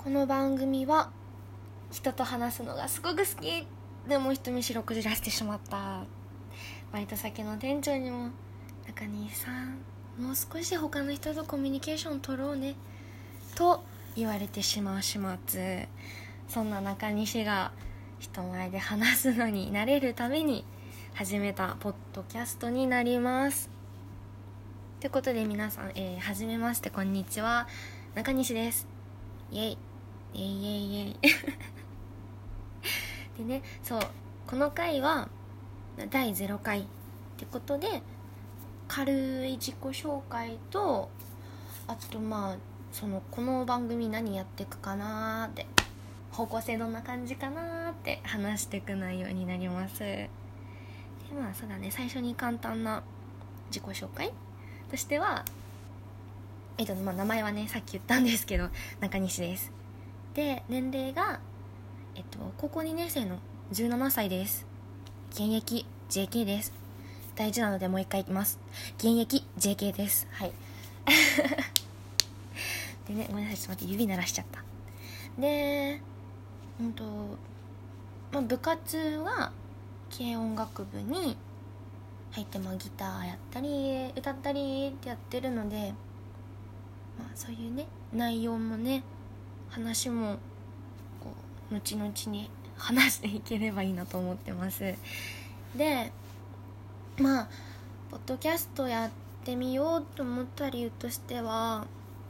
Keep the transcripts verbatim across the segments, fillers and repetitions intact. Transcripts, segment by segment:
この番組は人と話すのがすごく好きでも人見知りをこじらせてしまったバイト先の店長にも中西さんもう少し他の人とコミュニケーション取ろうねと言われてしまう始末。そんな中西が人前で話すのに慣れるために始めたポッドキャストになります。ということで皆さん、えー、はじめましてこんにちは、中西です。イエイイエイイエイイエイでね、そうこの回はだいゼロかいってことで軽い自己紹介と、あとまあそのこの番組何やっていくかなーって方向性どんな感じかなーって話していく内容になります。でまあそうだね、最初に簡単な自己紹介としてはえっとまあ名前はねさっき言ったんですけど中西です。で年齢がえっと高校にねん生のじゅうななさいです。現役 ジェーケー です。大事なのでもう一回言います。現役 ジェーケー です。はいでね、ごめんなさい、ちょっと待って、指鳴らしちゃった。でうんとまあ部活は軽音楽部に入って、まあギターやったり歌ったりってやってるので、まあそういうね内容もね話もこう後々に話していければいいなと思ってます。でまあポッドキャストやってみようと思った理由としては、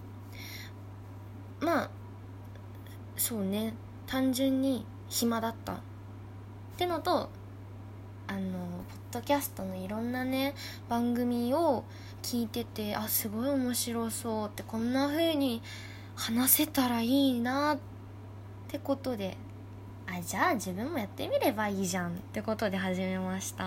まあそうね、単純に暇だったってのと、あのポッドキャストのいろんなね番組を聞いてて、あすごい面白そうって、こんな風に話せたらいいなってことで、あじゃあ自分もやってみればいいじゃんってことで始めました。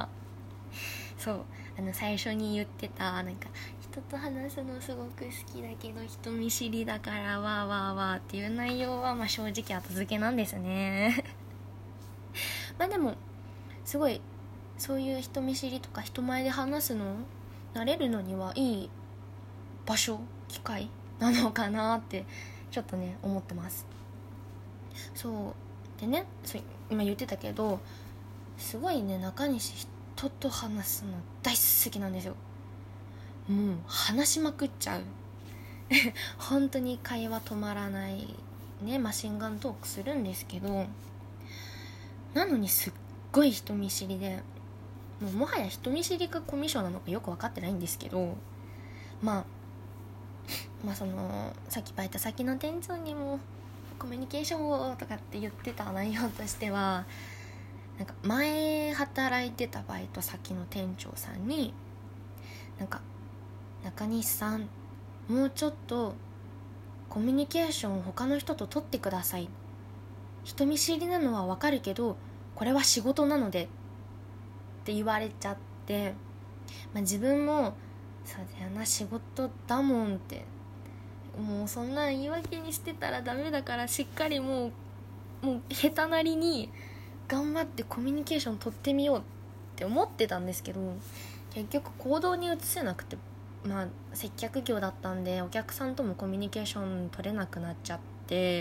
そうあの最初に言ってたなんか人と話すのすごく好きだけど人見知りだからわーわーわーっていう内容はまあ正直後付けなんですねまあでもすごいそういう人見知りとか人前で話すの慣れるのにはいい場所機会なのかなってちょっとね思ってます。そうでね、そう今言ってたけどすごいね中西人と話すの大好きなんですよ。もう話しまくっちゃう本当に会話止まらないね、マシンガントークするんですけど、なのにすっごい人見知りで、もうもはや人見知りかコミュ障なのかよく分かってないんですけど、まあまあそのさっきバイト先の店長にもコミュニケーションをとかって言ってた内容としては、なんか前働いてたバイト先の店長さんになんか中西さんもうちょっとコミュニケーションを他の人と取ってください、人見知りなのはわかるけどこれは仕事なのでって言われちゃって、まあ、自分もそうだよな仕事だもんって、もうそんな言い訳にしてたらダメだからしっかりもうもう下手なりに頑張ってコミュニケーション取ってみようって思ってたんですけど、結局行動に移せなくて、まあ接客業だったんでお客さんともコミュニケーション取れなくなっちゃって、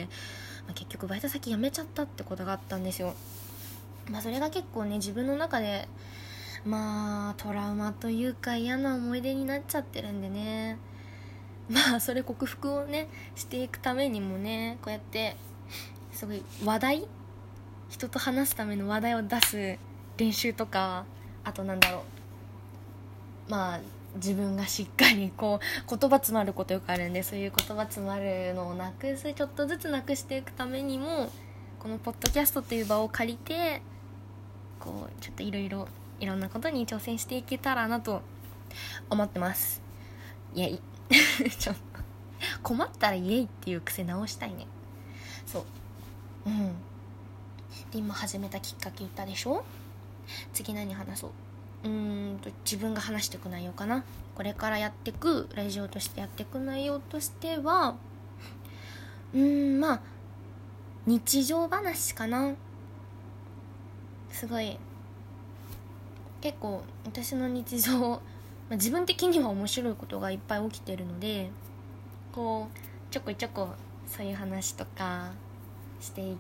まあ、結局バイト先辞めちゃったってことがあったんですよ。まあそれが結構ね自分の中でまあトラウマというか嫌な思い出になっちゃってるんでね、まあそれ克服をねしていくためにもね、こうやってすごい話題人と話すための話題を出す練習とか、あとなんだろう、まあ自分がしっかりこう言葉詰まることよくあるんで、そういう言葉詰まるのをなくす、ちょっとずつなくしていくためにもこのポッドキャストっていう場を借りてこうちょっといろいろいろんなことに挑戦していけたらなと思ってます。イエイちょっと困ったらイエイっていう癖直したいね。そううんで今始めたきっかけ言ったでしょ。次何話そう。うーんと自分が話していく内容かな。これからやっていくラジオとしてやっていく内容としては、うーんまあ日常話かな。すごい結構私の日常、まあ、自分的には面白いことがいっぱい起きてるので、こうちょこちょこそういう話とかしていって、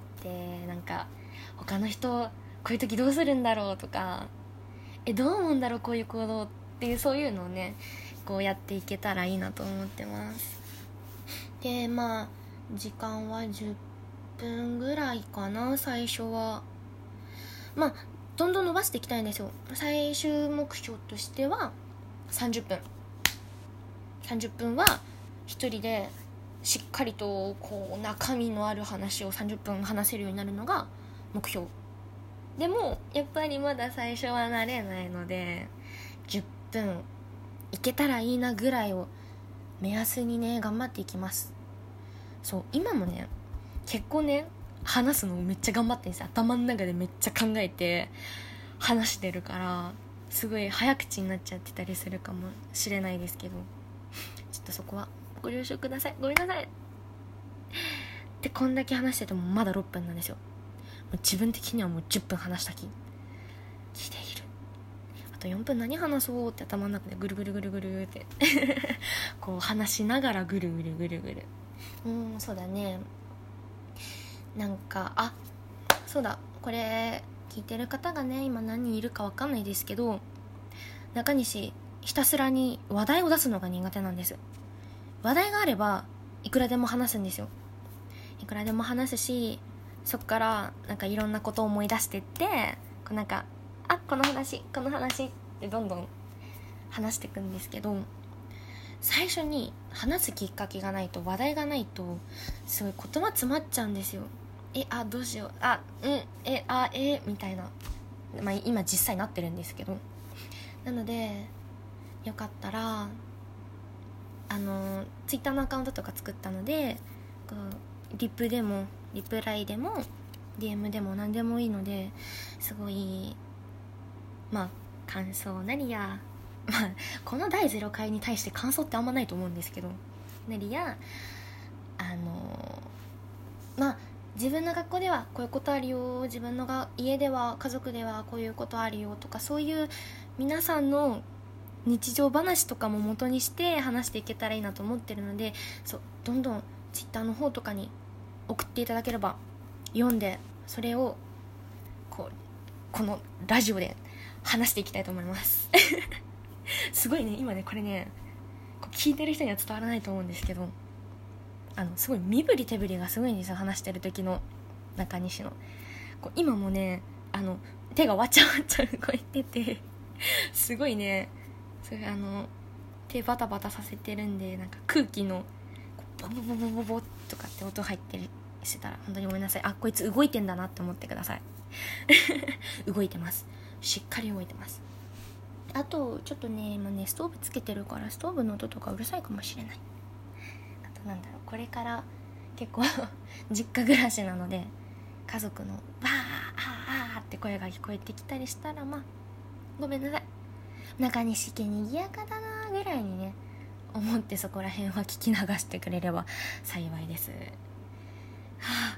なんか他の人こういう時どうするんだろうとか、えどう思うんだろうこういう行動っていう、そういうのをねこうやっていけたらいいなと思ってます。でまあ時間はじゅっぷんぐらいかな。最初はまあどんどん伸ばしていきたいんですよ。最終目標としてはさんじゅっぷんさんじゅっぷんは一人でしっかりとこう中身のある話をさんじゅっぷん話せるようになるのが目標。でもやっぱりまだ最初は慣れないのでじゅっぷんいけたらいいなぐらいを目安にね頑張っていきます。そう今もね結構ね話すのめっちゃ頑張ってるんですよ。頭の中でめっちゃ考えて話してるからすごい早口になっちゃってたりするかもしれないですけど、ちょっとそこはご了承ください。ごめんなさい。でこんだけ話しててもまだろっぷんなんですよ。もう自分的にはもうじゅっぷん話した気聞いている。あとよんぷん何話そうって頭の中でぐるぐるぐるぐるってこう話しながらぐるぐるぐるぐる。うーんそうだね。なんかあそうだこれ聞いてる方がね今何人いるか分かんないですけど、中西ひたすらに話題を出すのが苦手なんです。話題があればいくらでも話すんですよ。いくらでも話すし、そっからなんかいろんなことを思い出してってこうなんかあこの話この話ってどんどん話していくんですけど、最初に話すきっかけがないと話題がないとすごい言葉詰まっちゃうんですよ。えあどうしようあうんえあえみたいな、まあ今実際なってるんですけど、なのでよかったらあのツイッターのアカウントとか作ったのでこうリプでもリプライでも ディーエム でも何でもいいので、すごいまあ感想なりやまあこのだいゼロかいに対して感想ってあんまないと思うんですけどなりや、あのまあ自分の学校ではこういうことあるよ、自分のが家では家族ではこういうことあるよとか、そういう皆さんの日常話とかも元にして話していけたらいいなと思ってるので、そうどんどんツイッターの方とかに送っていただければ読んで、それをこうこのラジオで話していきたいと思いますすごいね今ねこれねこう聞いてる人には伝わらないと思うんですけど、あのすごい身振り手振りがすごいんですよ。話してる時の中西のこう今もねあの手がわちゃわちゃ動いててすごいねそれあの手バタバタさせてるんで、なんか空気のボボボボボボとかって音入ってるしてたら本当にごめんなさい。あこいつ動いてんだなって思ってください動いてます。しっかり動いてます。あとちょっとね今ねストーブつけてるからストーブの音とかうるさいかもしれない。あとなんだろうこれから結構実家暮らしなので家族のわーあーあーって声が聞こえてきたりしたらまあごめんなさい。中西家にぎやかだなぐらいにね思ってそこら辺は聞き流してくれれば幸いです。はあ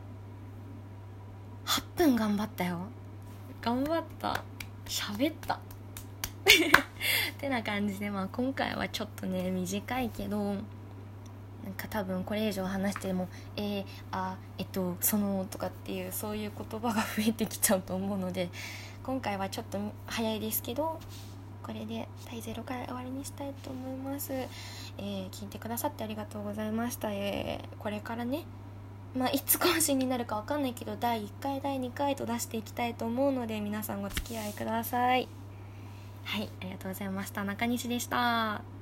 はっぷん頑張ったよ。頑張った喋ったってな感じで、まあ今回はちょっとね短いけどなんか多分これ以上話してもえー、あえっとそのとかっていうそういう言葉が増えてきちゃうと思うので今回はちょっと早いですけどこれでだいゼロから終わりにしたいと思います。えー、聞いてくださってありがとうございました。えー、これからねまあいつ更新になるか分かんないけどだいいっかいだいにかいと出していきたいと思うので皆さんご付き合いください。はいありがとうございました。中西でした。